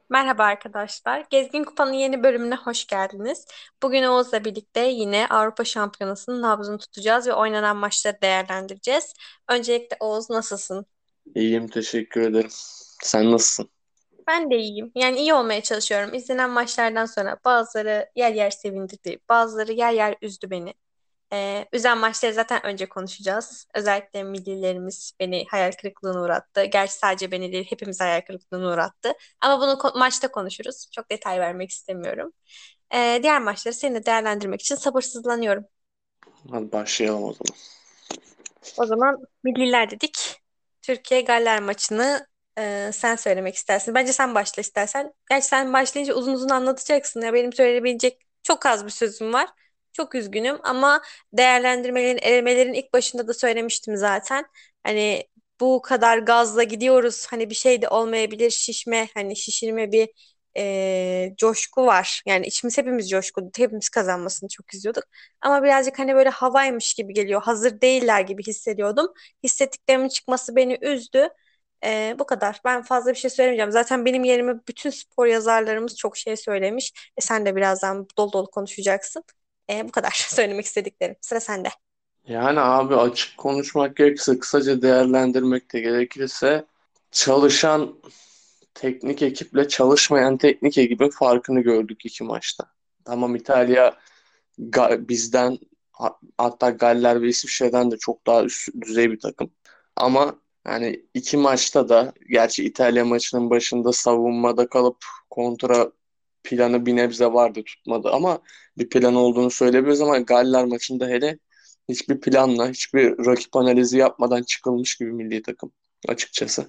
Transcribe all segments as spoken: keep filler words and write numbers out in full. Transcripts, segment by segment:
Merhaba arkadaşlar. Gezgin Kupa'nın yeni bölümüne hoş geldiniz. Bugün Oğuz'la birlikte yine Avrupa Şampiyonası'nın nabzını tutacağız ve oynanan maçları değerlendireceğiz. Öncelikle Oğuz nasılsın? İyiyim, teşekkür ederim. Sen nasılsın? Ben de iyiyim. Yani iyi olmaya çalışıyorum. İzlenen maçlardan sonra bazıları yer yer sevindirdi, bazıları yer yer üzdü beni. Ee, üzen maçları zaten önce konuşacağız. Özellikle millilerimiz beni hayal kırıklığına uğrattı. Gerçi sadece beni değil, hepimiz hayal kırıklığına uğrattı. Ama bunu ko- maçta konuşuruz. Çok detay vermek istemiyorum. Ee, diğer maçları seninle değerlendirmek için sabırsızlanıyorum. Hadi başlayalım o zaman. O zaman milliler dedik. Türkiye Galler maçını e, sen söylemek istersin. Bence sen başla istersen. Gerçi sen başlayınca uzun uzun anlatacaksın. Ya benim söyleyebilecek çok az bir sözüm var. Çok üzgünüm ama değerlendirmelerin, elemelerin ilk başında da söylemiştim zaten. Hani bu kadar gazla gidiyoruz. Hani bir şey de olmayabilir. Şişme, hani şişirme bir e, coşku var. Yani içimiz hepimiz coşkulu. Hepimiz kazanmasını çok izliyorduk. Ama birazcık hani böyle havaymış gibi geliyor. Hazır değiller gibi hissediyordum. Hissettiklerimin çıkması beni üzdü. Ee, bu kadar. Ben fazla bir şey söylemeyeceğim. Zaten benim yerime bütün spor yazarlarımız çok şey söylemiş. E, sen de birazdan dolu dolu konuşacaksın. Ee, bu kadar söylemek istediklerim. Sıra sende. Yani abi açık konuşmak gerekirse, kısaca değerlendirmek de gerekirse çalışan teknik ekiple çalışmayan teknik ekibin farkını gördük iki maçta. Tamam, İtalya Ga- bizden ha- hatta Galler ve İsviçre'den de çok daha üst düzey bir takım. Ama yani iki maçta da gerçi İtalya maçının başında savunmada kalıp kontra planı bir nebze vardı, tutmadı ama bir plan olduğunu söyleyebiliriz, ama Galler maçında hele hiçbir planla, hiçbir rakip analizi yapmadan çıkılmış gibi milli takım açıkçası.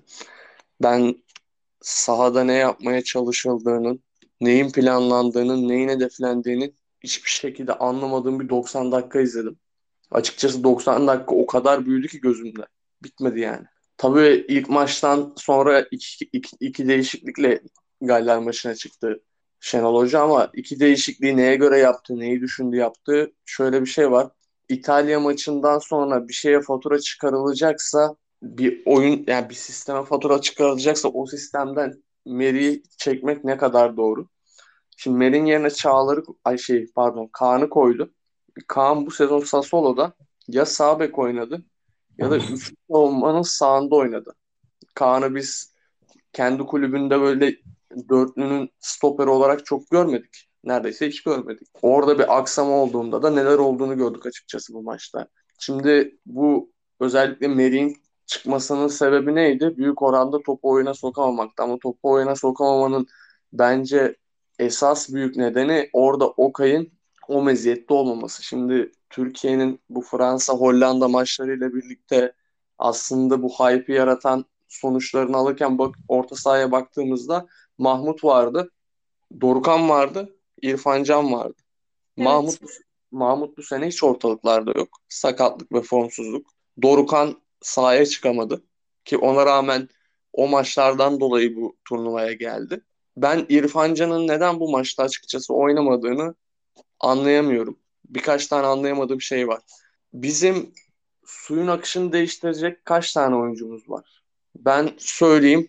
Ben sahada ne yapmaya çalışıldığının, neyin planlandığının, neyin hedeflendiğinin hiçbir şekilde anlamadığım bir doksan dakika izledim. Açıkçası doksan dakika o kadar büyüdü ki gözümde. Bitmedi yani. Tabii ilk maçtan sonra iki, iki, iki değişiklikle Galler maçına çıktı Şenol Hoca, ama iki değişikliği neye göre yaptı, neyi düşündü yaptı. Şöyle bir şey var. İtalya maçından sonra bir şeye fatura çıkarılacaksa, bir oyun yani bir sisteme fatura çıkarılacaksa o sistemden Meri'yi çekmek ne kadar doğru? Şimdi Mer'in yerine Çağlar'ı ay şey pardon Kaan'ı koydu. Kaan bu sezon Sassuolo'da ya sağ bek oynadı ya da üçlü savunmanın sağında oynadı. Kaan'ı biz kendi kulübünde böyle dörtlünün stoperi olarak çok görmedik. Neredeyse hiç görmedik. Orada bir aksama olduğunda da neler olduğunu gördük açıkçası bu maçta. Şimdi bu özellikle Merih'in çıkmasının sebebi neydi? Büyük oranda topu oyuna sokamamakta. Ama topu oyuna sokamamanın bence esas büyük nedeni orada Okay'ın o meziyette olmaması. Şimdi Türkiye'nin bu Fransa-Hollanda maçlarıyla birlikte aslında bu hype'ı yaratan sonuçlarını alırken bak, orta sahaya baktığımızda Mahmut vardı, Dorukhan vardı, İrfan Can vardı. Evet. Mahmut bu, Mahmut bu sene hiç ortalıklarda yok. Sakatlık ve formsuzluk. Dorukhan sahaya çıkamadı ki ona rağmen o maçlardan dolayı bu turnuvaya geldi. Ben İrfan Can'ın neden bu maçta açıkçası oynamadığını anlayamıyorum. Birkaç tane anlayamadığım şey var. Bizim suyun akışını değiştirecek kaç tane oyuncumuz var? Ben söyleyeyim.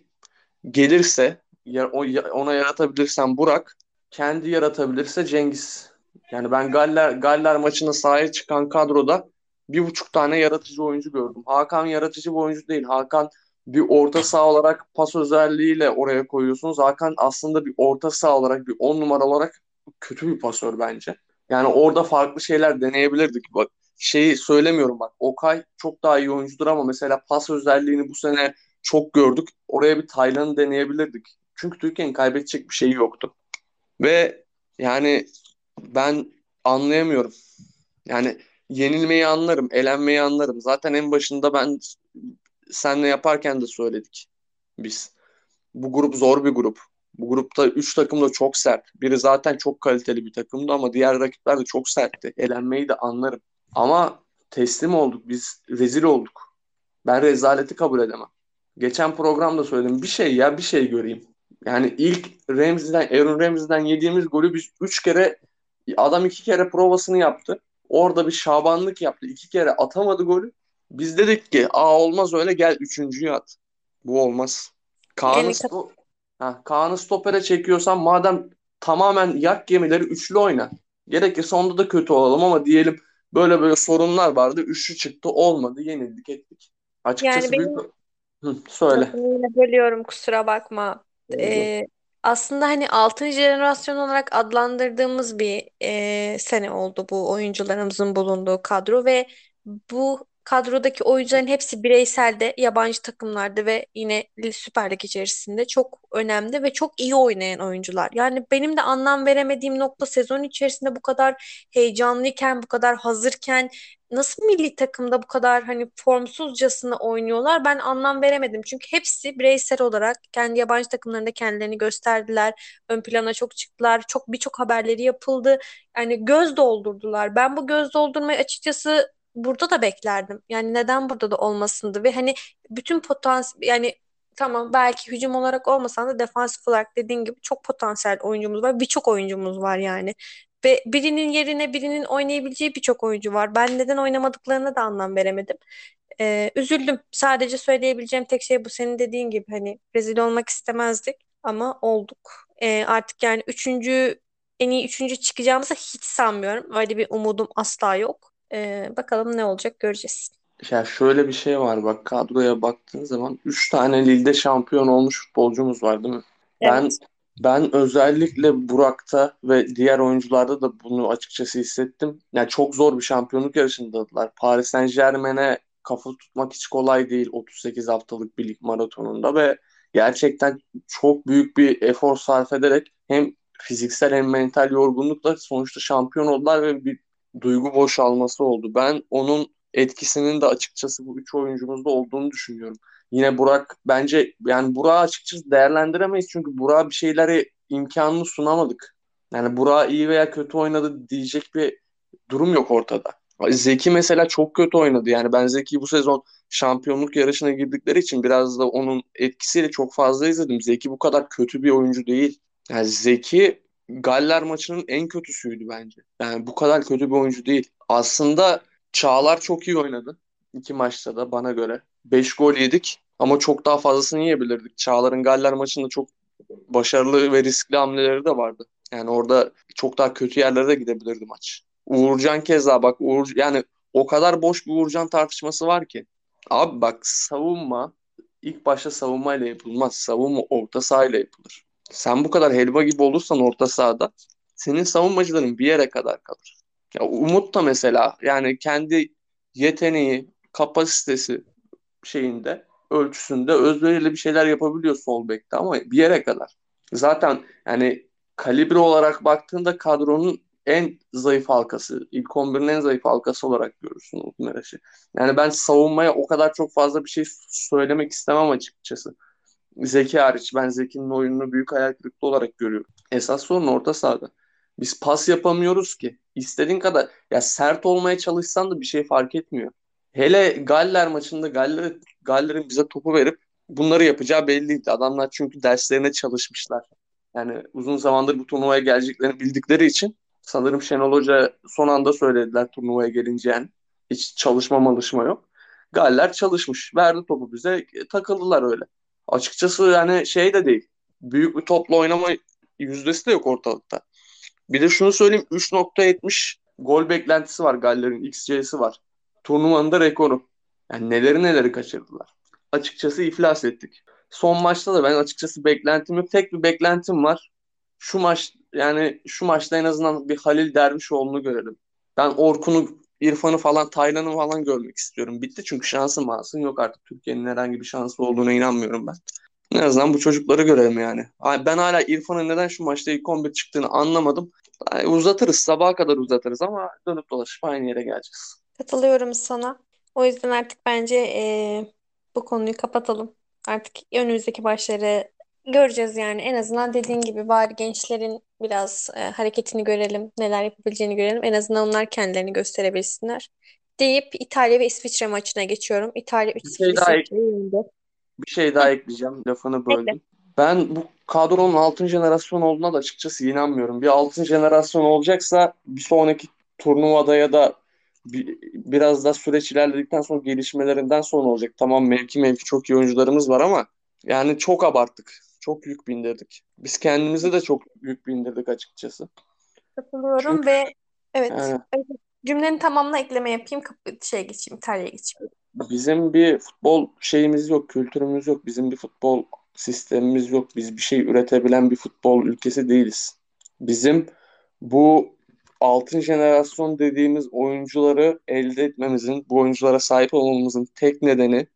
Gelirse ya, o, ya- ona yaratabilirsem Burak, kendi yaratabilirse Cengiz. Yani ben Galler Galler maçına sahaya çıkan kadroda bir buçuk tane yaratıcı oyuncu gördüm. Hakan yaratıcı bir oyuncu değil. Hakan bir orta saha olarak pas özelliğiyle oraya koyuyorsunuz. Hakan aslında bir orta saha olarak, bir on numara olarak kötü bir pasör bence. Yani orada farklı şeyler deneyebilirdik. Bak, şeyi söylemiyorum bak. Okay çok daha iyi oyuncudur ama mesela pas özelliğini bu sene çok gördük. Oraya bir Taylan'ı deneyebilirdik. Çünkü Türkiye'nin kaybedecek bir şeyi yoktu. Ve yani ben anlayamıyorum. Yani yenilmeyi anlarım, elenmeyi anlarım. Zaten en başında ben senle yaparken de söyledik biz. Bu grup zor bir grup. Bu grupta üç takım da çok sert. Biri zaten çok kaliteli bir takımdı ama diğer rakipler de çok sertti. Elenmeyi de anlarım. Ama teslim olduk. Biz rezil olduk. Ben rezaleti kabul edemem. Geçen programda söyledim. Bir şey ya bir şey göreyim. Yani ilk Ramsey'den, Aaron Ramsey'den yediğimiz golü biz üç kere, adam iki kere provasını yaptı. Orada bir şabanlık yaptı. İki kere atamadı golü. Biz dedik ki aa olmaz öyle, gel üçüncüyü at. Bu olmaz. Kaan'ın Yani kat- sto- Ha, Kaan'ı stopere çekiyorsan madem tamamen yak gemileri üçlü oyna. Gerekirse onda da kötü olalım ama diyelim böyle böyle sorunlar vardı. Üçlü çıktı olmadı. Yenildik ettik. Yani Açıkçası büyük... benim Hı, söyle. lafını yine bölüyorum, kusura bakma. Doğru. Ee, Aslında hani altıncı jenerasyon olarak adlandırdığımız bir e, sene oldu bu oyuncularımızın bulunduğu kadro ve bu kadrodaki oyuncuların hepsi bireyselde, yabancı takımlarda ve yine Süper Lig içerisinde çok önemli ve çok iyi oynayan oyuncular. Yani benim de anlam veremediğim nokta, sezon içerisinde bu kadar heyecanlıyken, bu kadar hazırken nasıl milli takımda bu kadar hani formsuzcasına oynuyorlar, ben anlam veremedim. Çünkü hepsi bireysel olarak kendi yabancı takımlarında kendilerini gösterdiler. Ön plana çok çıktılar. Çok birçok haberleri yapıldı. Yani göz doldurdular. Ben bu göz doldurmayı açıkçası burada da beklerdim. Yani neden burada da olmasındı ve hani bütün potansiyel, yani tamam belki hücum olarak olmasan da defansif olarak dediğin gibi çok potansiyel oyuncumuz var. Birçok oyuncumuz var yani. Ve birinin yerine birinin oynayabileceği birçok oyuncu var. Ben neden oynamadıklarına da anlam veremedim. Ee, üzüldüm. Sadece söyleyebileceğim tek şey bu. Senin dediğin gibi hani rezil olmak istemezdik ama olduk. Ee, artık yani üçüncü, en iyi üçüncü çıkacağımızı hiç sanmıyorum. Öyle bir umudum asla yok. Ee, bakalım ne olacak, göreceğiz. Ya şöyle bir şey var bak, kadroya baktığın zaman üç tane ligde şampiyon olmuş futbolcumuz var değil mi? Ben Evet. ben özellikle Burak'ta ve diğer oyuncularda da bunu açıkçası hissettim. Yani çok zor bir şampiyonluk yarışındadılar. Paris Saint-Germain'e kafa tutmak hiç kolay değil otuz sekiz haftalık bir lig maratonunda ve gerçekten çok büyük bir efor sarf ederek hem fiziksel hem mental yorgunlukla sonuçta şampiyon oldular ve bir duygu boşalması oldu. Ben onun etkisinin de açıkçası bu üç oyuncumuzda olduğunu düşünüyorum. Yine Burak bence, yani Burak'ı açıkçası değerlendiremeyiz çünkü Burak'a bir şeyleri imkanını sunamadık. Yani Burak iyi veya kötü oynadı diyecek bir durum yok ortada. Zeki mesela çok kötü oynadı. Yani ben Zeki'yi bu sezon şampiyonluk yarışına girdikleri için biraz da onun etkisiyle çok fazla izledim. Zeki bu kadar kötü bir oyuncu değil. Yani Zeki Galler maçının en kötüsüydü bence. Yani bu kadar kötü bir oyuncu değil. Aslında Çağlar çok iyi oynadı. İki maçta da bana göre. Beş gol yedik ama çok daha fazlasını yiyebilirdik. Çağlar'ın Galler maçında çok başarılı ve riskli hamleleri de vardı. Yani orada çok daha kötü yerlere de gidebilirdi maç. Uğurcan keza bak, Uğur, yani o kadar boş bir Uğurcan tartışması var ki. Abi bak, savunma ilk başta savunmayla yapılmaz. Savunma orta sahayla yapılır. Sen bu kadar helva gibi olursan orta sahada senin savunmacıların bir yere kadar kalır. Ya Umut da mesela yani kendi yeteneği, kapasitesi şeyinde, ölçüsünde özveriyle bir şeyler yapabiliyor sol bekte ama bir yere kadar. Zaten yani kalibre olarak baktığında kadronun en zayıf halkası, ilk on birin en zayıf halkası olarak görürsün Umut Meraş'ı. Yani ben savunmaya o kadar çok fazla bir şey söylemek istemem açıkçası. Zeki hariç. Ben Zeki'nin oyununu büyük hayal kırıklığı olarak görüyorum. Esas sorun orta sahada. Biz pas yapamıyoruz ki. İstediğin kadar ya sert olmaya çalışsan da bir şey fark etmiyor. Hele Galler maçında Galler, Galler'in bize topu verip bunları yapacağı belliydi. Adamlar çünkü derslerine çalışmışlar. Yani uzun zamandır bu turnuvaya geleceklerini bildikleri için sanırım Şenol Hoca son anda söylediler turnuvaya gelince yani. Hiç çalışma malışma yok. Galler çalışmış. Verdi topu bize. Takıldılar öyle. Açıkçası yani şey de değil. Büyük bir topla oynama yüzdesi de yok ortalıkta. Bir de şunu söyleyeyim, üç nokta yetmiş gol beklentisi var Galler'in, X G'si var. Turnuvanın da rekoru. Yani neleri neleri kaçırdılar. Açıkçası iflas ettik. Son maçta da ben açıkçası beklentim yok. Tek bir beklentim var. Şu maç, yani şu maçta en azından bir Halil Dervişoğlu'nu görelim. Ben Orkun'u, İrfan'ı falan, Taylan'ı falan görmek istiyorum. Bitti çünkü şansın masın yok artık. Türkiye'nin herhangi bir şansı olduğuna inanmıyorum ben. En azından bu çocukları görelim yani. Ay, ben hala İrfan'ın neden şu maçta ilk on bir çıktığını anlamadım. Ay, uzatırız, sabaha kadar uzatırız ama dönüp dolaşıp aynı yere geleceğiz. Katılıyorum sana. O yüzden artık bence eee, bu konuyu kapatalım. Artık önümüzdeki başları göreceğiz yani. En azından dediğin gibi bari gençlerin biraz e, hareketini görelim, neler yapabileceğini görelim. En azından onlar kendilerini gösterebilsinler. Deyip İtalya ve İsviçre maçına geçiyorum. İtalya Bir üç sıfır şey daha İsviçre'yi yendi. bir şey Heh, daha ekleyeceğim. Lafını bekle. böldüm. Ben bu kadronun altın jenerasyon olduğuna da açıkçası inanmıyorum. Bir altın jenerasyon olacaksa bir sonraki turnuvada ya da bir, biraz daha süreç ilerledikten sonra gelişmelerinden sonra olacak. Tamam, mevki mevki çok iyi oyuncularımız var ama yani çok abarttık. Çok yük bindirdik. Biz kendimizi de çok yük bindirdik açıkçası. Katılıyorum Çünkü ve evet. yani Evet. Cümlenin tamamına ekleme yapayım. Kapı, şey geçeyim. İtalya'ya geçeyim. bizim bir futbol şeyimiz yok, kültürümüz yok. Bizim bir futbol sistemimiz yok. Biz bir şey üretebilen bir futbol ülkesi değiliz. Bizim bu altın jenerasyon dediğimiz oyuncuları elde etmemizin, bu oyunculara sahip olmamızın tek nedeni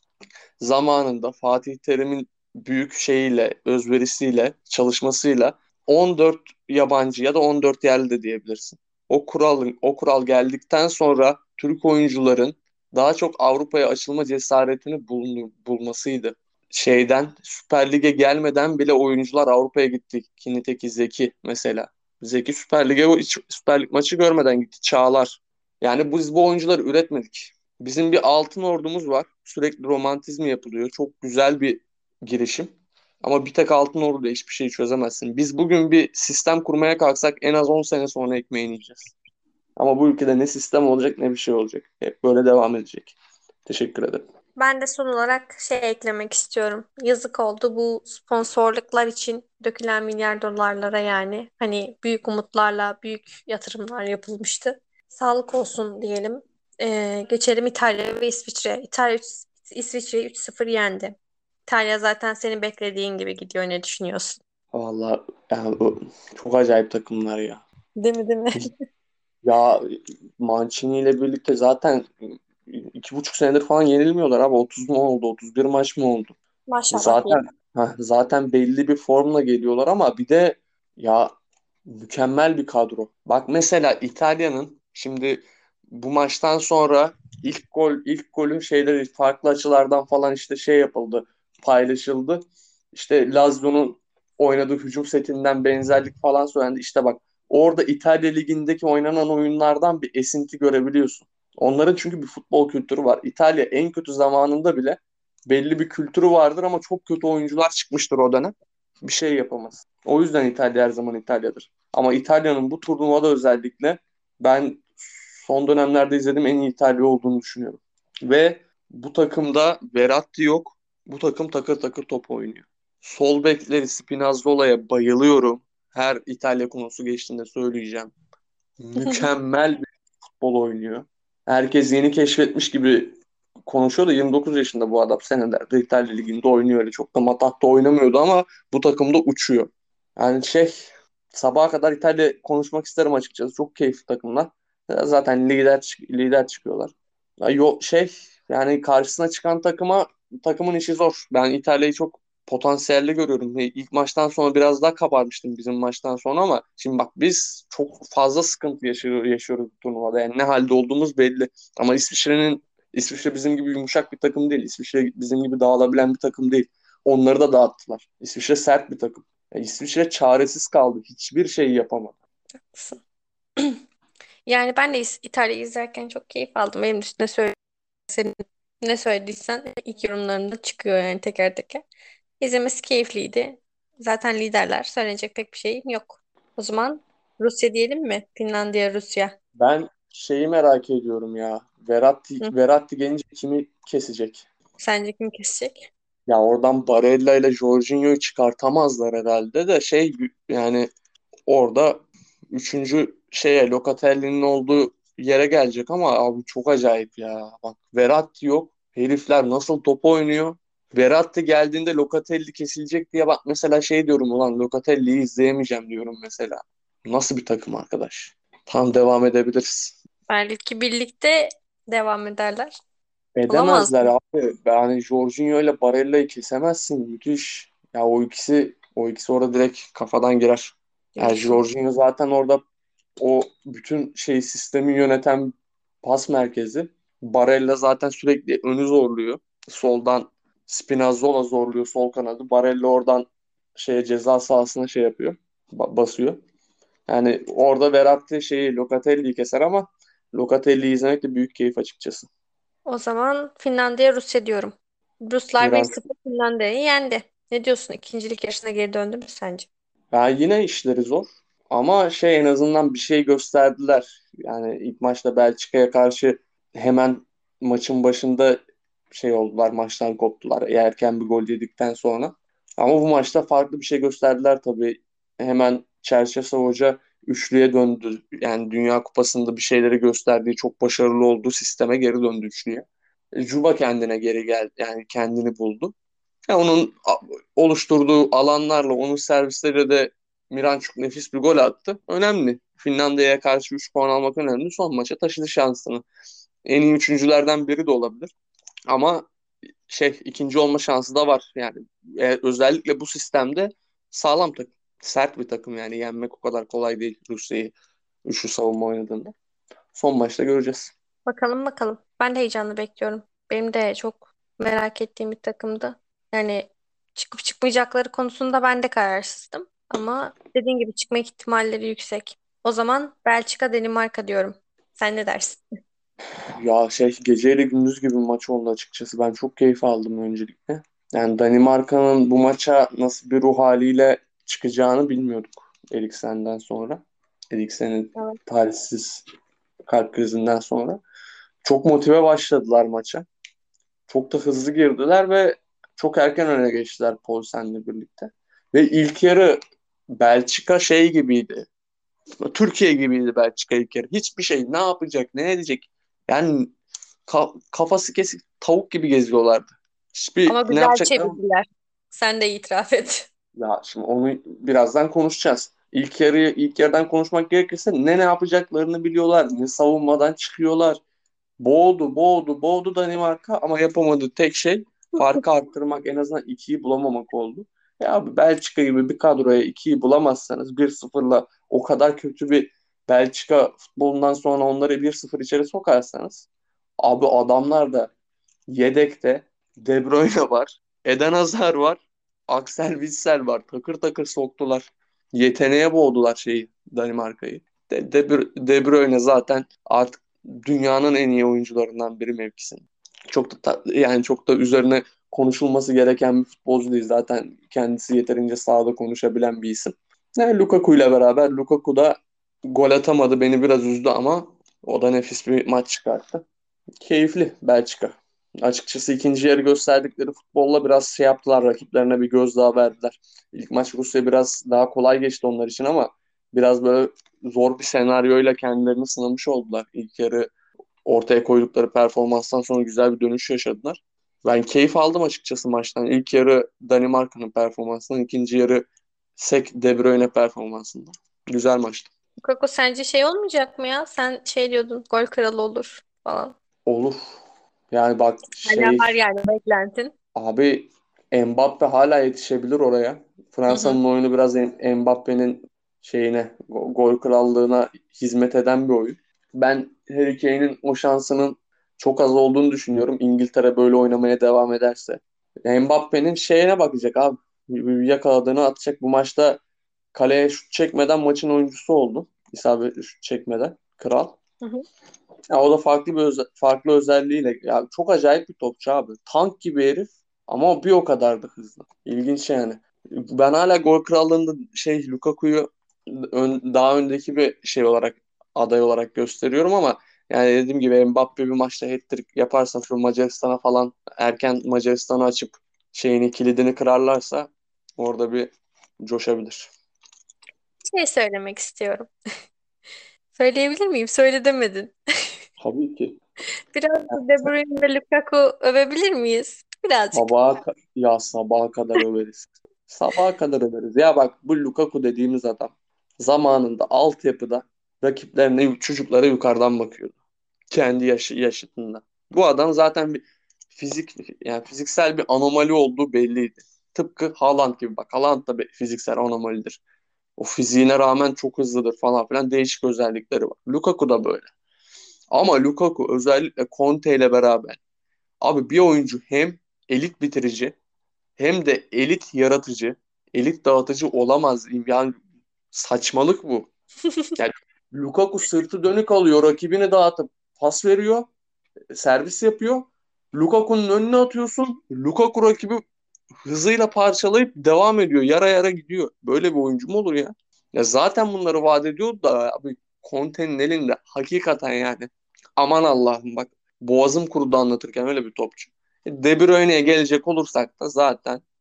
zamanında Fatih Terim'in büyük şeyiyle, özverisiyle, çalışmasıyla on dört yabancı ya da on dört yerli de diyebilirsin. O kuralın, o kural geldikten sonra Türk oyuncuların daha çok Avrupa'ya açılma cesaretini bul- bulmasıydı. Şeyden Süper Lig'e gelmeden bile oyuncular Avrupa'ya gitti. Kiniteki Zeki mesela. Zeki Süper Lig'e hiç Süper Lig maçı görmeden gitti. Çağlar. Yani biz bu oyuncuları üretmedik. Bizim bir altın ordumuz var. Sürekli romantizmi yapılıyor. Çok güzel bir girişim. Ama bir tek altın orduyla hiçbir şeyi çözemezsin. Biz bugün bir sistem kurmaya kalksak en az on sene sonra ekmeğini yiyeceğiz. Ama bu ülkede ne sistem olacak ne bir şey olacak. Hep böyle devam edecek. Teşekkür ederim. Ben de son olarak şey eklemek istiyorum. Yazık oldu bu sponsorluklar için dökülen milyar dolarlara yani. Hani büyük umutlarla büyük yatırımlar yapılmıştı. Sağlık olsun diyelim. Ee, geçelim İtalya ve İsviçre. İtalya üç- İsviçre'yi üç sıfır yendi. İtalya zaten senin beklediğin gibi gidiyor. Ne düşünüyorsun? Vallahi yani bu çok acayip takımlar ya. Değil mi, değil mi? Ya Mancini ile birlikte zaten iki buçuk senedir falan yenilmiyorlar abi. otuz mu oldu? otuz bir maç mı oldu? Maşallah Zaten diyelim. heh, zaten belli bir formla geliyorlar ama bir de ya mükemmel bir kadro. Bak mesela İtalya'nın şimdi bu maçtan sonra ilk gol ilk golün şeyleri farklı açılardan falan işte şey yapıldı, paylaşıldı. İşte Lazio'nun oynadığı hücum setinden benzerlik falan söylendi. İşte bak orada İtalya Ligi'ndeki oynanan oyunlardan bir esinti görebiliyorsun. Onların çünkü bir futbol kültürü var. İtalya en kötü zamanında bile belli bir kültürü vardır ama çok kötü oyuncular çıkmıştır o dönem. Bir şey yapamaz. O yüzden İtalya her zaman İtalya'dır. Ama İtalya'nın bu turnuvada özellikle ben son dönemlerde izlediğim en iyi İtalya olduğunu düşünüyorum. Ve bu takımda Verratti yok. Bu takım takır takır top oynuyor. Sol bekleri Spinazzola'ya bayılıyorum. Her İtalya konusu geçtiğinde söyleyeceğim. Mükemmel bir futbol oynuyor. Herkes yeni keşfetmiş gibi konuşuyor da yirmi dokuz yaşında bu adam senelerde İtalya Ligi'nde oynuyor öyle. Çok da matahta oynamıyordu ama bu takımda uçuyor. Yani şey sabaha kadar İtalya konuşmak isterim açıkçası. Çok keyifli takımlar. Zaten lider çık- lider çıkıyorlar. Ya yo, şey yani karşısına çıkan takıma takımın işi zor. Ben İtalya'yı çok potansiyelli görüyorum. İlk maçtan sonra biraz daha kabarmıştım bizim maçtan sonra ama şimdi bak biz çok fazla sıkıntı yaşıyor, yaşıyoruz bu turnuvada. Yani ne halde olduğumuz belli. Ama İsviçre'nin İsviçre bizim gibi yumuşak bir takım değil. İsviçre bizim gibi dağılabilen bir takım değil. Onları da dağıttılar. İsviçre sert bir takım. Yani İsviçre çaresiz kaldı. Hiçbir şey yapamadı. Yani ben de İs- İtalya'yı izlerken çok keyif aldım. Benim üstüne söyle senin ne söylediysen ilk yorumlarında çıkıyor yani teker teker. İzlemesi keyifliydi. Zaten liderler. Söylenecek pek bir şeyim yok. O zaman Rusya diyelim mi? Finlandiya, Rusya. Ben şeyi merak ediyorum ya. Verratti, Hı. Verratti gelince kimi kesecek? Sence kim kesecek? Ya oradan Barella ile Jorginho'yu çıkartamazlar herhalde de şey yani orada üçüncü şeye Locatelli'nin olduğu yere gelecek ama abi çok acayip ya. Bak Verratti yok. Herifler nasıl top oynuyor. Verratti geldiğinde Locatelli kesilecek diye bak mesela şey diyorum ulan Locatelli'yi izleyemeyeceğim diyorum mesela. Nasıl bir takım arkadaş? Tam devam edebiliriz. Belki birlikte devam ederler. Olamaz Edemezler mı abi. Yani Jorginho ile Barella'yı kesemezsin. Müthiş. Ya o ikisi o ikisi orada direkt kafadan girer. Yani diyorsun? Jorginho zaten orada o bütün şey sistemi yöneten pas merkezi. Barella zaten sürekli önü zorluyor. Soldan Spinazzola zorluyor sol kanadı. Barella oradan şeye ceza sahasına şey yapıyor. ba- basıyor. Yani orada Verratti şeyi Locatelli'yi keser ama Locatelli'yi izlemek de büyük keyif açıkçası. O zaman Finlandiya, Rusya diyorum. Ruslar bir Biraz sıfır Finlandiya'yı yendi. Ne diyorsun? İkincilik yarışına geri döndü mü sence? yani yine işleri zor ama şey en azından bir şey gösterdiler. Yani ilk maçta Belçika'ya karşı hemen maçın başında şey oldular, maçtan koptular erken bir gol yedikten sonra. Ama bu maçta farklı bir şey gösterdiler tabii. Hemen Çerçesov Hoca üçlüye döndü. Yani Dünya Kupası'nda bir şeyleri gösterdiği çok başarılı olduğu sisteme geri döndü üçlüye. E, Juba kendine geri geldi. Yani kendini buldu. Ya onun a- oluşturduğu alanlarla, onun servisleriyle de Miranchuk nefis bir gol attı. Önemli. Finlandiya'ya karşı üç puan almak önemli. Son maça taşıdı şansını. En iyi üçüncülerden biri de olabilir. Ama şey ikinci olma şansı da var. Yani e, özellikle bu sistemde sağlam takım. Sert bir takım yani. Yenmek o kadar kolay değil Rusya'yı üçlü savunma oynadığında. Son maçta göreceğiz. Bakalım bakalım. Ben de heyecanlı bekliyorum. Benim de çok merak ettiğim bir takımdı. Yani çıkıp çıkmayacakları konusunda ben de kararsızdım. Ama dediğin gibi çıkma ihtimalleri yüksek. O zaman Belçika, Danimarka diyorum. Sen ne dersin? Ya şey geceyle gündüz gibi bir maç oldu açıkçası. Ben çok keyif aldım öncelikle. Yani Danimarka'nın bu maça nasıl bir ruh haliyle çıkacağını bilmiyorduk Eriksen'den sonra. Eriksen'in Evet. talihsiz kalp krizinden sonra. Çok motive başladılar maça. Çok da hızlı girdiler ve çok erken öne geçtiler Poulsen'le birlikte. Ve ilk yarı Belçika şey gibiydi. Türkiye gibiydi Belçika ilk yarı. Hiçbir şey ne yapacak, ne edecek? Yani ka- kafası kesik tavuk gibi geziyorlardı. Hiçbir Ama ne güzel yapacaklarını çevirdiler. Sen de itiraf et. ya şimdi onu birazdan konuşacağız. İlk yarıyı ilk yarıdan konuşmak gerekirse ne ne yapacaklarını biliyorlar. Ne savunmadan çıkıyorlar. Boğdu, boğdu, boğdu Danimarka ama yapamadığı tek şey farkı arttırmak, en azından ikiyi bulamamak oldu. Ya abi Belçika gibi bir kadroya ikiyi bulamazsanız bir sıfırla o kadar kötü bir Belçika futbolundan sonra onları bir sıfır içeri sokarsanız abi adamlar da yedekte De Bruyne var, Eden Hazard var, Axel Witsel var. Takır takır soktular. Yeteneğe boğdular şeyi Danimarka'yı. De, De, Br- De Bruyne zaten artık dünyanın en iyi oyuncularından biri mevkisinde. Çok da ta- yani çok da üzerine konuşulması gereken bir futbolcu değil. Zaten kendisi yeterince sahada konuşabilen bir isim. Ne Lukaku ile beraber Lukaku da gol atamadı. Beni biraz üzdü ama o da nefis bir maç çıkarttı. Keyifli Belçika. Açıkçası ikinci yarı gösterdikleri futbolla biraz şey yaptılar. Rakiplerine bir gözdağı verdiler. İlk maç Rusya biraz daha kolay geçti onlar için ama biraz böyle zor bir senaryoyla kendilerini sınamış oldular. İlk yarı ortaya koydukları performanstan sonra güzel bir dönüş yaşadılar. Ben keyif aldım açıkçası maçtan. İlk yarı Danimarka'nın performansından, ikinci yarı Sek De Bruyne performansından. Güzel maçtı. Lukaku sence şey olmayacak mı ya? Sen şey diyordun, gol kralı olur falan. Olur. Yani bak Hala şey var yani beklentin. abi Mbappe hala yetişebilir oraya. Hı hı. Fransa'nın oyunu biraz M- Mbappe'nin şeyine, go- gol krallığına hizmet eden bir oyun. Ben Harry Kane'in o şansının çok az olduğunu düşünüyorum. İngiltere böyle oynamaya devam ederse. Mbappe'nin şeyine bakacak abi. Yakaladığını atacak. Bu maçta kaleye şut çekmeden maçın oyuncusu oldu. İsabetli şut çekmeden. Kral. Hı hı. Ya o da farklı bir öze- farklı özelliğiyle ya çok acayip bir topçu abi. Tank gibi herif ama o bir o kadar da hızlı. İlginç yani. Ben hala gol krallığında şey Lukaku'yu ön- daha öndeki bir şey olarak aday olarak gösteriyorum ama yani dediğim gibi Mbappe bir maçta hat-trick yaparsa şu Macaristan'a falan erken Macaristan'ı açıp şeyini kilidini kırarlarsa orada bir coşabilir. Şey söylemek istiyorum. Söyleyebilir miyim? Söyle demedin. Tabii ki. Biraz da De Bruyne ve Lukaku övebilir miyiz? Birazcık. Sabaha, ka- ya sabaha kadar överiz. Sabaha kadar överiz. Ya bak bu Lukaku dediğimiz adam zamanında altyapıda rakiplerine çocuklara yukarıdan bakıyordu. Kendi yaşı, yaşıtında. Bu adam zaten bir fizik yani fiziksel bir anomali olduğu belliydi. Tıpkı Haaland gibi bak. Haaland da bir fiziksel anomalidir. O fiziğine rağmen çok hızlıdır falan filan değişik özellikleri var. Lukaku da böyle. Ama Lukaku özellikle Conte ile beraber abi bir oyuncu hem elit bitirici hem de elit yaratıcı, elit dağıtıcı olamaz. Yani saçmalık bu. Yani Lukaku sırtı dönük alıyor, rakibini dağıtıp pas veriyor, servis yapıyor. Lukaku'nun önüne atıyorsun. Lukaku rakibi hızıyla parçalayıp devam ediyor. Yara yara gidiyor. Böyle bir oyuncu mu olur ya? Ya zaten bunları vaat ediyordu da abi Conte'nin elinde hakikaten yani. Aman Allah'ım bak boğazım kurudu anlatırken öyle bir topçu. De Bruyne'ye gelecek olursak da zaten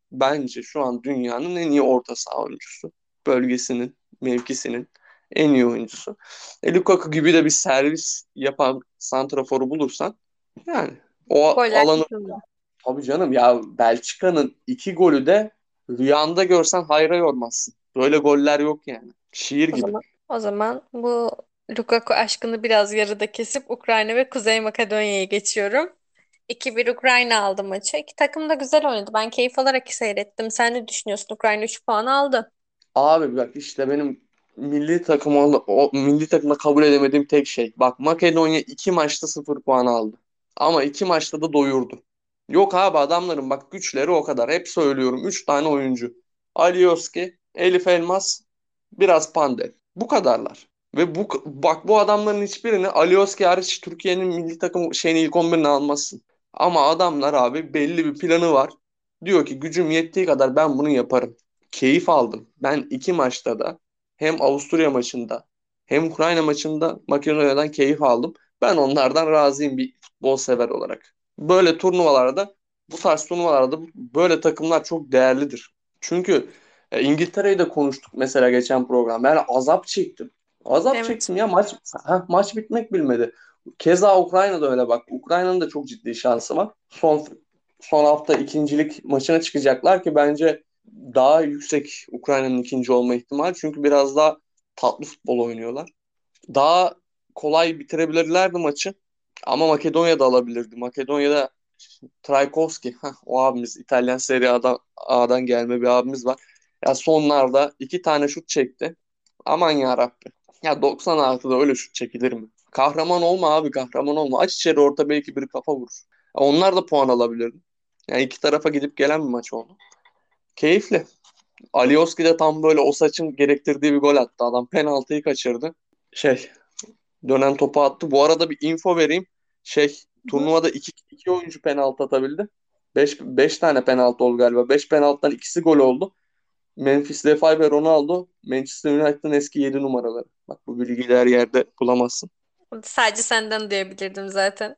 bence şu an dünyanın en iyi orta saha oyuncusu. Bölgesinin, mevkisinin en iyi oyuncusu. E, Lukaku gibi de bir servis yapan santraforu bulursan yani o Goller alanı, kaçırılıyor. tabii canım ya, Belçika'nın iki golü de rüyanda görsen hayra yormazsın. Böyle goller yok yani. Şiir O gibi. zaman o zaman bu Lukaku aşkını biraz yarıda kesip Ukrayna ve Kuzey Makedonya'ya geçiyorum. iki bir Ukrayna aldı maçı. İki takım da güzel oynadı. Ben keyif alarak seyrettim. Sen ne düşünüyorsun? Ukrayna üç puan aldı. Abi bak işte benim milli takım o milli takımda kabul edemediğim tek şey. Bak Makedonya iki maçta sıfır puan aldı. Ama iki maçta da doyurdu. Yok abi, adamların bak güçleri o kadar. Hep söylüyorum, üç tane oyuncu. Alioski, Elif Elmas, biraz Pandey. Bu kadarlar. Ve bu bak, bu adamların hiçbirini Alioski hariç Türkiye'nin milli takım şeyini ilk on birine almazsın. Ama adamlar abi belli bir planı var. Diyor ki gücüm yettiği kadar ben bunu yaparım. Keyif aldım. Ben iki maçta da, hem Avusturya maçında hem Ukrayna maçında Makedonya'dan keyif aldım. Ben onlardan razıyım bir futbol sever olarak. Böyle turnuvalarda, bu tarz turnuvalarda böyle takımlar çok değerlidir. Çünkü e, İngiltere'yi de konuştuk mesela geçen program. Ben azap çektim. Azap Evet. çektim ya, maç ha, maç bitmek bilmedi. Keza Ukrayna'da öyle bak. Ukrayna'nın da çok ciddi şansı var. Son son hafta ikincilik maçına çıkacaklar ki bence daha yüksek Ukrayna'nın ikinci olma ihtimali. Çünkü biraz daha tatlı futbol oynuyorlar. Daha kolay bitirebilirlerdi maçı. Ama Makedonya'da alabilirdi. Makedonya'da Trajkovski, heh, o abimiz İtalyan Serie A'dan, A'dan gelme bir abimiz var. Ya sonlarda iki tane şut çekti. Aman ya Rabbi. Ya doksan artıda öyle şut çekilir mi? Kahraman olma abi, kahraman olma. Aç içeri orta, belki bir kafa vurur. Ya onlar da puan alabilirdi. Yani iki tarafa gidip gelen bir maç oldu. Keyifli. Alioski de tam böyle o saçın gerektirdiği bir gol attı. Adam penaltıyı kaçırdı. Şey, dönen topu attı. Bu arada bir info vereyim. Şey, Hı hı. turnuvada iki, iki oyuncu penaltı atabildi. Beş beş tane penaltı oldu galiba. Beş penaltıdan ikisi gol oldu. Memphis Depay ve Ronaldo Manchester United'ın eski yedi numaraları. Bak, bu bilgiyi de her yerde bulamazsın. Sadece senden duyabilirdim zaten.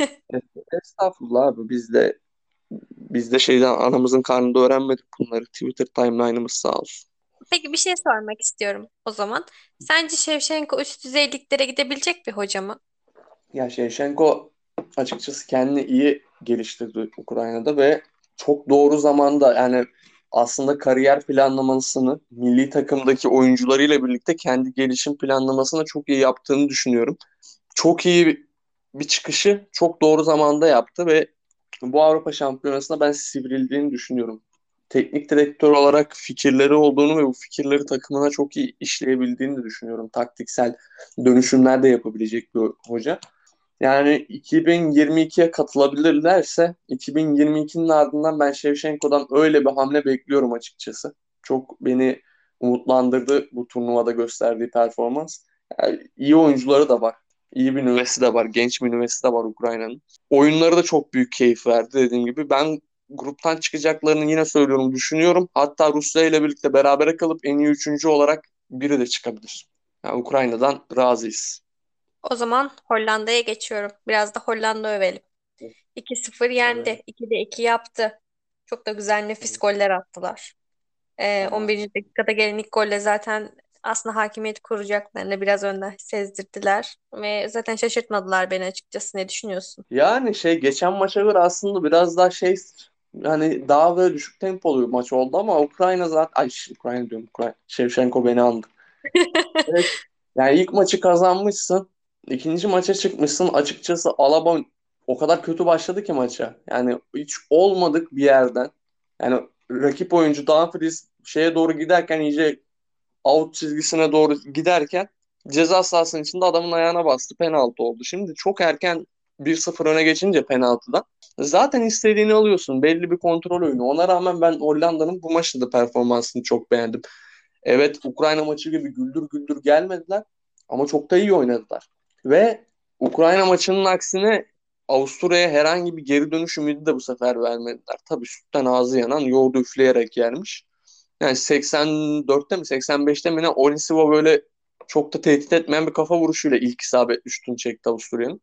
Estağfurullah abi, biz de biz de şeyden, anamızın karnında öğrenmedik bunları. Twitter timeline'ımız sağ olsun. Peki bir şey sormak istiyorum o zaman. Sence Şevşenko üst düzeyliklere gidebilecek bir hoca mı? Ya Shevchenko açıkçası kendini iyi geliştirdi Ukrayna'da ve çok doğru zamanda, yani aslında kariyer planlamasını milli takımdaki oyuncularıyla birlikte kendi gelişim planlamasını çok iyi yaptığını düşünüyorum. Çok iyi bir, bir çıkışı çok doğru zamanda yaptı ve bu Avrupa Şampiyonası'nda ben sivrildiğini düşünüyorum. Teknik direktör olarak fikirleri olduğunu ve bu fikirleri takımına çok iyi işleyebildiğini de düşünüyorum. Taktiksel dönüşümler de yapabilecek bir hoca. Yani iki bin yirmi ikiye katılabilirlerse iki bin yirmi ikinin ardından ben Shevchenko'dan öyle bir hamle bekliyorum açıkçası. Çok beni umutlandırdı bu turnuvada gösterdiği performans. Yani iyi oyuncuları da var. İyi bir nüvesi de var. Genç bir nüvesi de var Ukrayna'nın. Oyunları da çok büyük keyif verdi dediğim gibi. Ben gruptan çıkacaklarını yine söylüyorum, düşünüyorum. Hatta Rusya ile birlikte berabere kalıp en iyi üçüncü olarak biri de çıkabilir. Yani Ukrayna'dan razıyız. O zaman Hollanda'ya geçiyorum. Biraz da Hollanda övelim. iki sıfır Evet. yendi. ikide iki yaptı. Çok da güzel nefis goller attılar. Ee, Tabii on abi. birinci dakikada gelen ilk golle zaten aslında hakimiyet kuracaklarını biraz önden sezdirdiler. Ve zaten şaşırtmadılar beni açıkçası. Ne düşünüyorsun? Yani şey, geçen maça göre aslında biraz daha şey, hani daha böyle düşük tempolu bir maç oldu ama Ukrayna zaten, ay ş- Ukrayna diyorum, Ukrayna. Şevşenko beni andı. Evet. Yani ilk maçı kazanmışsın. İkinci maça çıkmışsın. Açıkçası Alaba o kadar kötü başladı ki maça. Yani hiç olmadık bir yerden. Yani rakip oyuncu Dumfries şeye doğru giderken, iyice out çizgisine doğru giderken ceza sahasının içinde adamın ayağına bastı. Penaltı oldu. Şimdi çok erken bir sıfır öne geçince penaltıdan zaten istediğini alıyorsun. Belli bir kontrol oyunu. Ona rağmen ben Hollanda'nın bu maçta da performansını çok beğendim. Evet, Ukrayna maçı gibi güldür güldür gelmediler ama çok da iyi oynadılar. Ve Ukrayna maçının aksine Avusturya'ya herhangi bir geri dönüş ümidi de bu sefer vermediler. Tabii sütten ağzı yanan yoğurdu üfleyerek yermiş. Yani seksen dörtte mi seksen beşte mi ne, Olisivo böyle çok da tehdit etmeyen bir kafa vuruşuyla ilk isabetli şutunu çekti Avusturya'nın.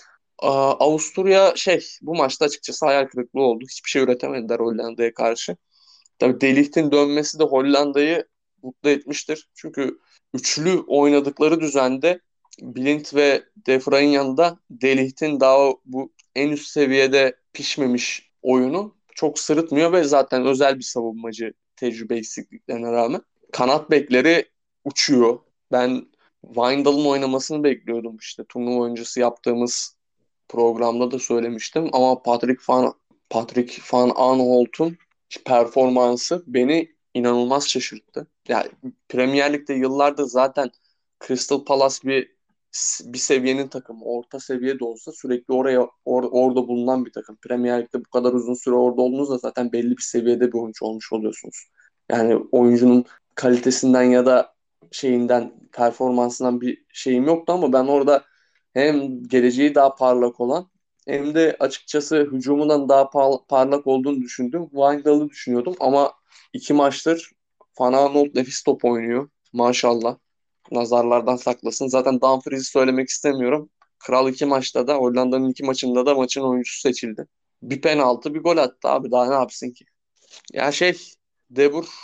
Aa, Avusturya şey, bu maçta açıkçası hayal kırıklığı oldu. Hiçbir şey üretemediler Hollanda'ya karşı. Tabii De Ligt'in dönmesi de Hollanda'yı mutlu etmiştir. Çünkü üçlü oynadıkları düzende Blind ve De Vrij'in yanında De Ligt'in daha bu en üst seviyede pişmemiş oyunu çok sırıtmıyor ve zaten özel bir savunmacı tecrübe eksikliklerine rağmen. Kanat bekleri uçuyor. Ben Wijndal'ın oynamasını bekliyordum işte turnuva öncesi yaptığımız programda da söylemiştim ama Patrick Van Patrick Van Aanholt'un performansı beni inanılmaz şaşırttı. Yani Premier Lig'de yıllardır zaten Crystal Palace bir bir seviyenin takımı, orta seviye de olsa sürekli oraya or- orada bulunan bir takım. Premier Lig'de bu kadar uzun süre orada olduğunuzda zaten belli bir seviyede bir oyuncu olmuş oluyorsunuz. Yani oyuncunun kalitesinden ya da şeyinden, performansından bir şeyim yoktu ama ben orada hem geleceği daha parlak olan hem de açıkçası hücumundan daha par- parlak olduğunu düşündüm. Wijndal'ı düşünüyordum ama iki maçtır Van Aanholt nefis top oynuyor. Maşallah. Nazarlardan saklasın. Zaten Dumfries'i söylemek istemiyorum. Kral iki maçta da Hollanda'nın iki maçında da maçın oyuncusu seçildi. Bir penaltı bir gol attı abi daha ne yapsın ki? Ya şey De Boer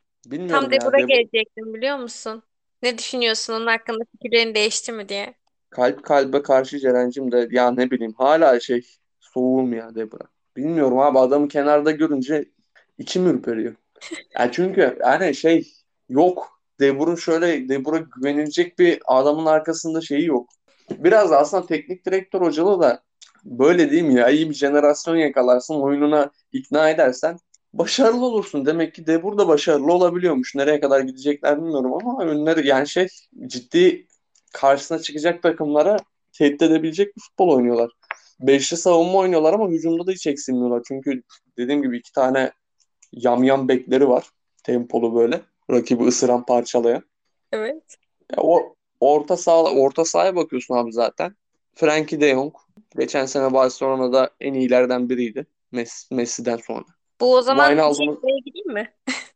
Tam bilmiyorum ya Debor'a De Boer gelecektim biliyor musun? Ne düşünüyorsun onun hakkında, fikirlerin değişti mi diye. kalp kalbe karşı Ceren'cim de ya ne bileyim hala şey soğuğum ya De Boer'a. Bilmiyorum abi adamı kenarda görünce içim ürperiyor. Ya çünkü yani şey yok. De Boer'un şöyle De Boer'a güvenilecek bir adamın arkasında şeyi yok. Biraz da aslında teknik direktör hocalığı da böyle değil mi ya? İyi bir jenerasyon yakalarsın, oyununa ikna edersen başarılı olursun. Demek ki De Boer da başarılı olabiliyormuş. Nereye kadar gidecekler bilmiyorum ama önleri yani şey ciddi karşısına çıkacak takımlara tehdit edebilecek bir futbol oynuyorlar. Beşli savunma oynuyorlar ama hücumda da hiç eksilmiyorlar. Çünkü dediğim gibi iki tane yamyam bekleri var. Tempolu böyle. Rakibi ısıran parçalayan. Evet. Ya o orta saha orta sahaya bakıyorsun abi zaten. Frenkie de Jong geçen sene Barcelona'da en iyilerden biriydi. Messi, Messi'den sonra. Bu o zaman şey Wijnaldum'u buraya gideyim mi?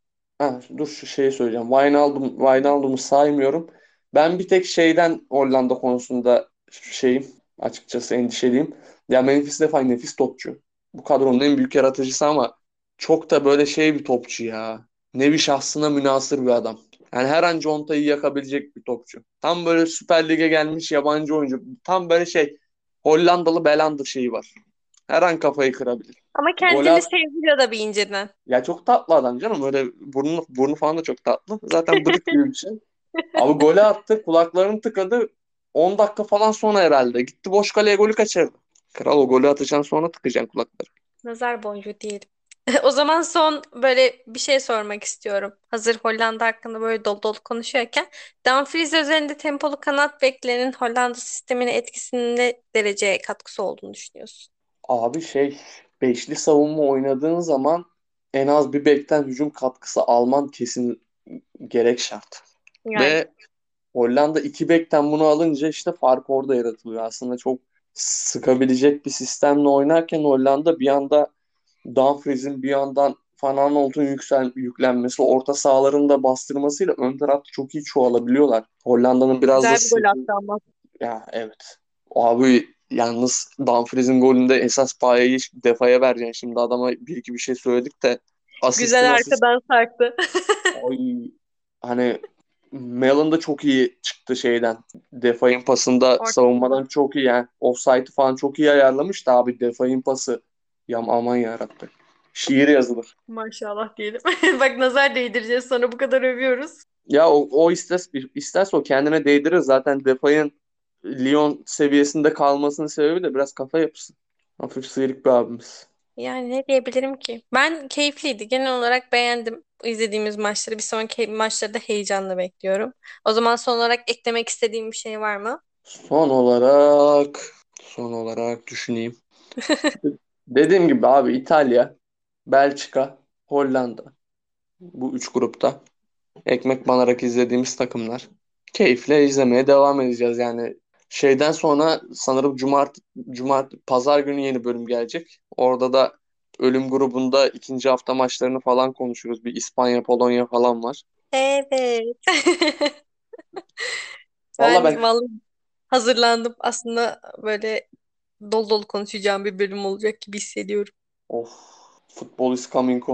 ha, dur şu şeyi söyleyeceğim. Wijnaldum, Wijnaldum'u saymıyorum. Ben bir tek şeyden Hollanda konusunda şeyim açıkçası endişeliyim. Ya Memphis Depay nefis topçu. Bu kadronun en büyük yaratıcısı ama çok da böyle şey bir topçu ya. Nevi şahsına münasır bir adam. Yani her an contayı yakabilecek bir topçu. Tam böyle Süper Lig'e gelmiş yabancı oyuncu. Tam böyle şey Hollandalı Belanda şeyi var. Her an kafayı kırabilir. Ama Gol kendini at. sevdiriyor da bir inceden. Ya çok tatlı adam canım. Öyle burnu, burnu falan da çok tatlı. Zaten bıdık gibi bir şey. Abi golü attı. Kulaklarını tıkadı. on dakika falan sonra herhalde. Gitti boş kaleye golü kaçırdı. Kral o golü atacaksın sonra tıkacaksın kulakları. Nazar boncuğu diyelim. O zaman son böyle bir şey sormak istiyorum. Hazır Hollanda hakkında böyle dolu dolu konuşuyorken. Dumfries üzerinde tempolu kanat beklerinin Hollanda sistemine etkisinin ne derece katkısı olduğunu düşünüyorsun? Abi şey beşli savunma oynadığın zaman en az bir bekten hücum katkısı alman kesin gerek şart. Yani Ve Hollanda iki bekten bunu alınca işte fark orada yaratılıyor. Aslında çok sıkabilecek bir sistemle oynarken Hollanda bir anda Dumfries'in bir yandan Van Aanholt'un yüksel, yüklenmesi, orta sahaların da bastırmasıyla ön tarafta çok iyi çoğalabiliyorlar. Hollanda'nın biraz da güzel bir gol seti, attı ama. ya evet. Abi yalnız Dumfries'in golünde esas payayı Defa'ya vereceksin. Şimdi adama bir iki bir şey söyledik de asisti Güzel nasıl arkadan sarktı. ay, hani Mellon da çok iyi çıktı şeyden. Defay'ın pasında Orta savunmadan çok iyi yani. Offside'ı falan çok iyi ayarlamış da abi Defay'ın pası. Yam aman yarabbim. Şiir yazılır. maşallah diyelim. Bak nazar değdireceğiz sonra bu kadar övüyoruz. Ya o, o istes, isterse o kendine değdirir. Zaten Defay'ın Lyon seviyesinde kalmasının sebebi de biraz kafa yapısı. Hafif sıyrık bir abimiz. Yani ne diyebilirim ki? Ben keyifliydi. Genel olarak beğendim izlediğimiz maçları. Bir sonraki maçları da heyecanla bekliyorum. O zaman son olarak eklemek istediğim bir şey var mı? Son olarak son olarak düşüneyim. Dediğim gibi abi İtalya, Belçika, Hollanda. Bu üç grupta ekmek banarak izlediğimiz takımlar. Keyifle izlemeye devam edeceğiz yani. Şeyden sonra sanırım cumart cumart pazar günü yeni bölüm gelecek. Orada da ölüm grubunda ikinci hafta maçlarını falan konuşuruz. Bir İspanya, Polonya falan var. Evet. Valla Ben ben vallahi hazırlandım. Aslında böyle dolu dolu konuşacağım bir bölüm olacak gibi hissediyorum. of futbol is coming home.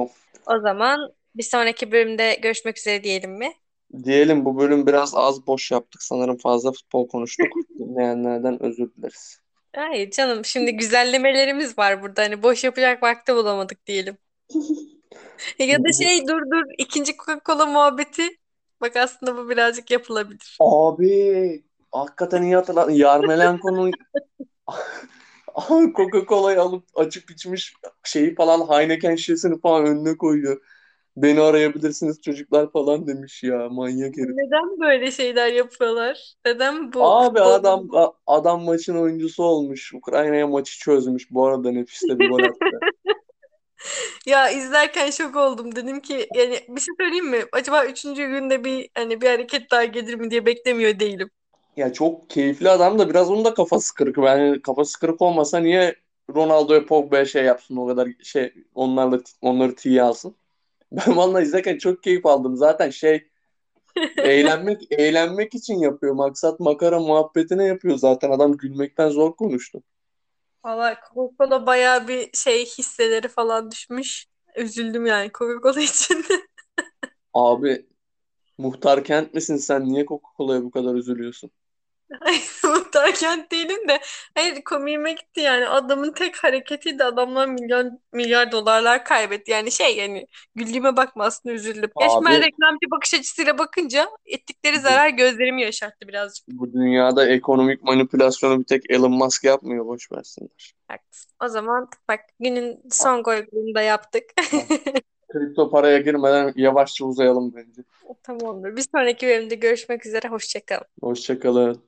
O zaman bir sonraki bölümde görüşmek üzere diyelim mi? Diyelim bu bölüm biraz az boş yaptık. Sanırım fazla futbol konuştuk. Dinleyenlerden özür dileriz. Hayır canım, şimdi güzellemelerimiz var burada. Hani boş yapacak vakti bulamadık diyelim. Ya da Bu- şey, dur dur, ikinci Coca-Cola muhabbeti. Bak, aslında bu birazcık yapılabilir. Abi hakikaten iyi hatırladın. Yarmolenko'nun Coca-Cola'yı alıp açıp içmiş şeyi falan Heineken şişesini falan önüne koyuyor. Beni arayabilirsiniz çocuklar falan demiş ya. Manyak herif. Neden böyle şeyler yapıyorlar? Neden bu Abi futbol? adam adam maçın oyuncusu olmuş. Ukrayna'ya maçı çözmüş. Bu arada Nefis de bir gol attı. Ya izlerken şok oldum. Dedim ki yani bir şey söyleyeyim mi? Acaba üçüncü günde bir hani bir hareket daha gelir mi diye beklemiyor değilim. Ya çok keyifli adam da biraz onun da kafası kırık. Yani kafası kırık olmasa niye Ronaldo'ya Pogba'ya şey yapsın o kadar şey onlarla onları tiye alsın. Ben vallahi izlerken çok keyif aldım. Zaten şey eğlenmek eğlenmek için yapıyor. Maksat makara muhabbetine yapıyor zaten. Adam gülmekten zor konuştu. Valla Coca-Cola bayağı bir şey, hisseleri falan düşmüş. Üzüldüm yani Coca-Cola için. Abi muhtar kent misin sen? Niye Coca-Cola'ya bu kadar üzülüyorsun? Ay, muhtarken değilim de, hayır, komiğime gitti yani, adamın tek hareketiyle adamlar milyon milyar dolarlar kaybetti. Yani şey, yani güldüğüme bakma, aslında üzüldüm. Gerçi ben Abi reklamcı bakış açısıyla bakınca ettikleri bu, zarar gözlerimi yaşarttı birazcık. bu dünyada ekonomik manipülasyonu bir tek Elon Musk yapmıyor. Boş versinler. Haklısın. O zaman bak, günün son golünü de yaptık. Kripto paraya girmeden yavaşça uzayalım bence. Tamamdır. Bir sonraki bölümde görüşmek üzere. Hoşça kal. Hoşça kalın.